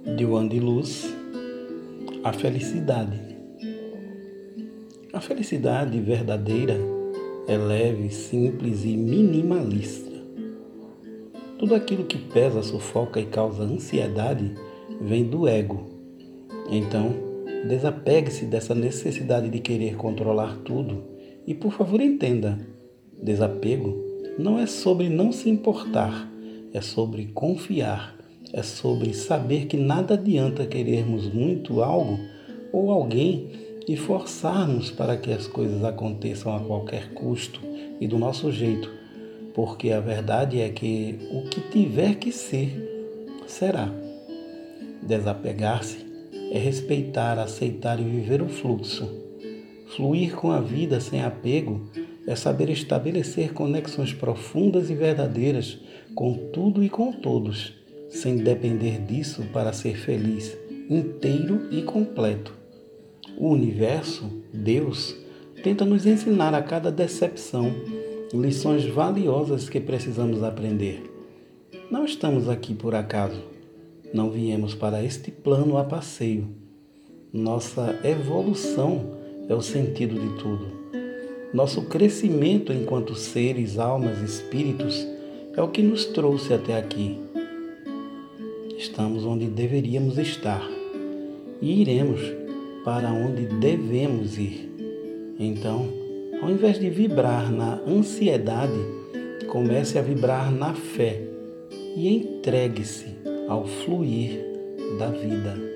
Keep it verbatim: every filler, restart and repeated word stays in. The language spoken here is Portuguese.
de Wandi Luz, a felicidade. A felicidade verdadeira é leve, simples e minimalista. Tudo aquilo que pesa, sufoca e causa ansiedade vem do ego. Então, desapegue-se dessa necessidade de querer controlar tudo e, por favor, entenda: desapego não é sobre não se importar, é sobre confiar, é sobre saber que nada adianta querermos muito algo ou alguém e forçarmos para que as coisas aconteçam a qualquer custo e do nosso jeito, porque a verdade é que o que tiver que ser, será. Desapegar-se é respeitar, aceitar e viver o fluxo. Fluir com a vida sem apego é saber estabelecer conexões profundas e verdadeiras com tudo e com todos, sem depender disso para ser feliz, inteiro e completo. O universo, Deus, tenta nos ensinar a cada decepção lições valiosas que precisamos aprender. Não estamos aqui por acaso. Não viemos para este plano a passeio. Nossa evolução é o sentido de tudo. Nosso crescimento enquanto seres, almas, espíritos é o que nos trouxe até aqui. Estamos onde deveríamos estar e iremos para onde devemos ir. Então, ao invés de vibrar na ansiedade, comece a vibrar na fé e entregue-se ao fluir da vida.